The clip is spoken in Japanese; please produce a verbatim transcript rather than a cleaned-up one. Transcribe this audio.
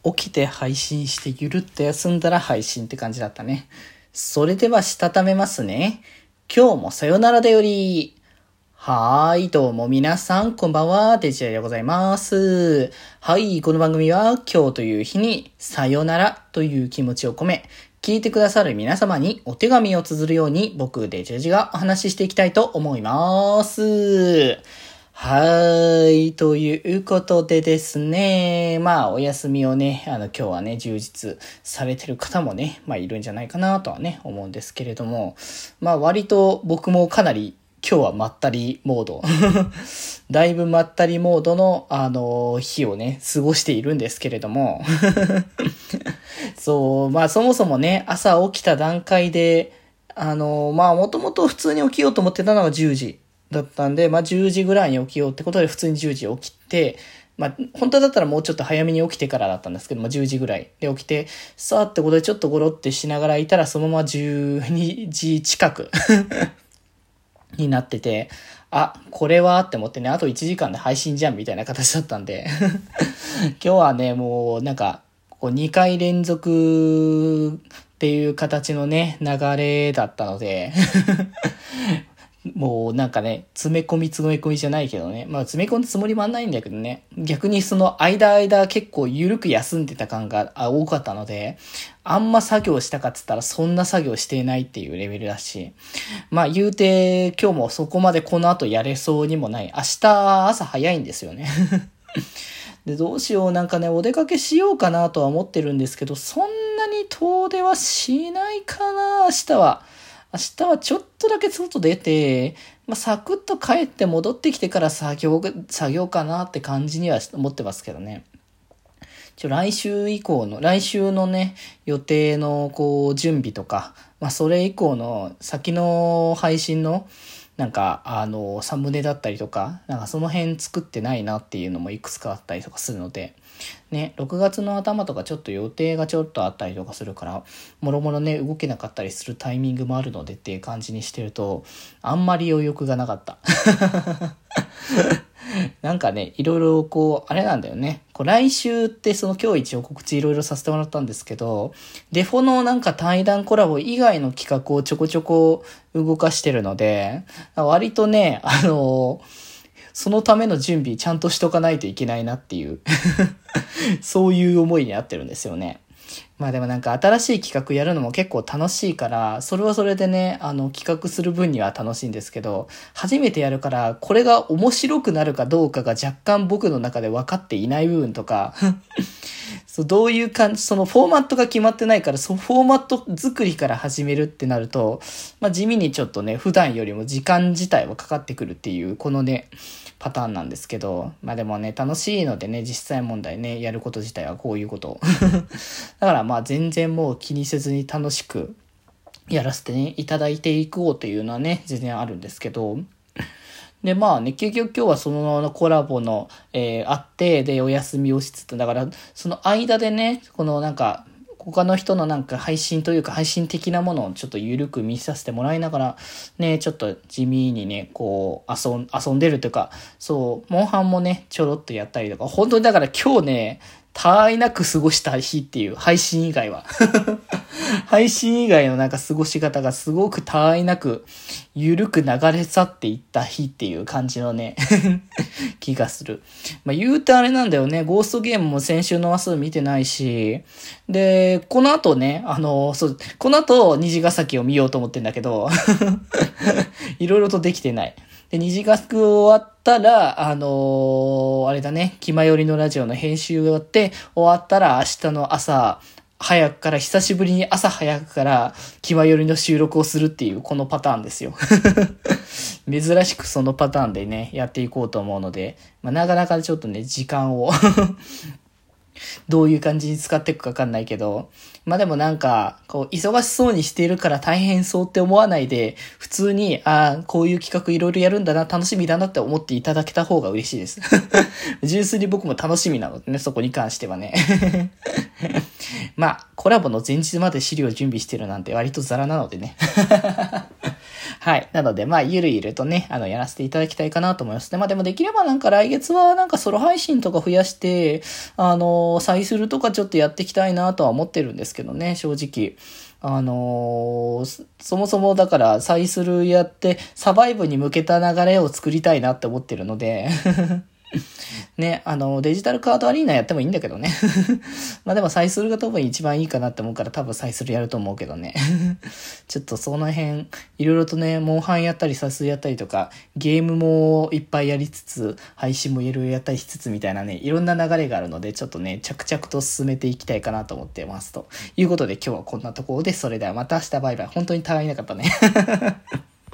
起きて配信してゆるっと休んだら配信って感じだったね。それではしたためますね。今日もさよならだより。はーい、どうも皆さんこんばんは、デジェでございます。はい、この番組は今日という日にさよならという気持ちを込め、聞いてくださる皆様にお手紙を綴るように僕デジェジがお話ししていきたいと思います。はーい。ということでですね。まあ、お休みをね、あの、今日はね、充実されてる方もね、まあ、いるんじゃないかなとはね、思うんですけれども。まあ、割と僕もかなり、今日はまったりモード。だいぶまったりモードの、あの、日をね、過ごしているんですけれども。そう、まあ、そもそもね、朝起きた段階で、あの、まあ、もともと普通に起きようと思ってたのがじゅうじ。だったんで、まあ、じゅうじぐらいに起きようってことで普通にじゅうじ起きて、まあ、本当だったらもうちょっと早めに起きてからだったんですけど、まあ、じゅうじぐらいで起きて、さあってことでちょっとゴロってしながらいたらそのままじゅうにじ近くになってて、あ、これはって思ってね、あといちじかんで配信じゃんみたいな形だったんで、今日はね、もうなんか、こうにかい連続っていう形のね、流れだったので、もうなんかね、詰め込み詰め込みじゃないけどね。まあ詰め込んだつもりもあんないんだけどね。逆にその間間結構緩く休んでた感が多かったので、あんま作業したかっつったらそんな作業していないっていうレベルだし。まあ言うて今日もそこまでこの後やれそうにもない。明日朝早いんですよね。で、どうしようなんかね、お出かけしようかなとは思ってるんですけど、そんなに遠出はしないかな、明日は。明日はちょっとだけ外出て、まあ、サクッと帰って戻ってきてから作業、作業かなって感じには思ってますけどね。ちょ、来週以降の、来週のね、予定のこう、準備とか、まあ、それ以降の先の配信の、なんか、あの、サムネだったりとか、なんかその辺作ってないなっていうのもいくつかあったりとかするので、ね、ろくがつの頭とかちょっと予定がちょっとあったりとかするから、もろもろね、動けなかったりするタイミングもあるのでっていう感じにしてると、あんまり余裕がなかった。なんかね、いろいろこう、あれなんだよね。こう来週ってその今日一応告知いろいろさせてもらったんですけど、デフォのなんか対談コラボ以外の企画をちょこちょこ動かしてるので、割とね、あの、そのための準備ちゃんとしとかないといけないなっていう、そういう思いになってるんですよね。まあでもなんか新しい企画やるのも結構楽しいから、それはそれでね、あの企画する分には楽しいんですけど、初めてやるから、これが面白くなるかどうかが若干僕の中で分かっていない部分とか、そうどういう感じ、そのフォーマットが決まってないから、そのフォーマット作りから始めるってなると、まあ地味にちょっとね、普段よりも時間自体はかかってくるっていう、このね、パターンなんですけど、まあでもね、楽しいのでね、実際問題ね、やること自体はこういうこと。だからまあ全然もう気にせずに楽しくやらせてね、いただいていこうというのはね、全然あるんですけど、で、まあね、結局今日はそのコラボの、えー、あって、で、お休みをしつつ、だから、その間でね、このなんか、他の人のなんか配信というか配信的なものをちょっと緩く見させてもらいながら、ね、ちょっと地味にね、こう、遊ん、遊んでるというか、そう、モンハンもね、ちょろっとやったりとか、本当にだから今日ね、たわいなく過ごした日っていう、配信以外は。配信以外のなんか過ごし方がすごくたわいなく、ゆるく流れ去っていった日っていう感じのね、気がする。まあ言うてあれなんだよね、ゴーストゲームも先週の話数見てないし、で、この後ね、あの、そう、この後虹ヶ崎を見ようと思ってんだけど、いろいろとできてない。で、虹ヶ崎終わったら、あのー、あれだね、気まよりのラジオの編集が終わって、終わったら明日の朝、早くから久しぶりに朝早くから気まよりの収録をするっていうこのパターンですよ。珍しくそのパターンでね、やっていこうと思うので、まあ、なかなかちょっとね、時間をどういう感じに使っていくかわかんないけど、まあでもなんか、こう、忙しそうにしているから大変そうって思わないで、普通に、ああ、こういう企画いろいろやるんだな、楽しみだなって思っていただけた方が嬉しいです。純粋に僕も楽しみなのでね、そこに関してはね。まあ、コラボの前日まで資料準備してるなんて割とザラなのでね。 はい。なので、まあ、ゆるゆるとね、あの、やらせていただきたいかなと思いますね。まあ、でもできればなんか来月はなんかソロ配信とか増やして、あの、再するとかちょっとやっていきたいなとは思ってるんですけどね、正直。あのー、そもそもだからサイスルやってサバイブに向けた流れを作りたいなって思ってるのでね、あの、デジタルカードアリーナやってもいいんだけどねまあでもサイスルが多分一番いいかなって思うから多分サイスルやると思うけどねちょっとその辺、いろいろとね、モンハンやったりサイスルやったりとか、ゲームもいっぱいやりつつ、配信もいろいろやったりしつつみたいなね、いろんな流れがあるので、ちょっとね、着々と進めていきたいかなと思ってます。ということで今日はこんなところで、それではまた明日バイバイ。本当にたわいなかったね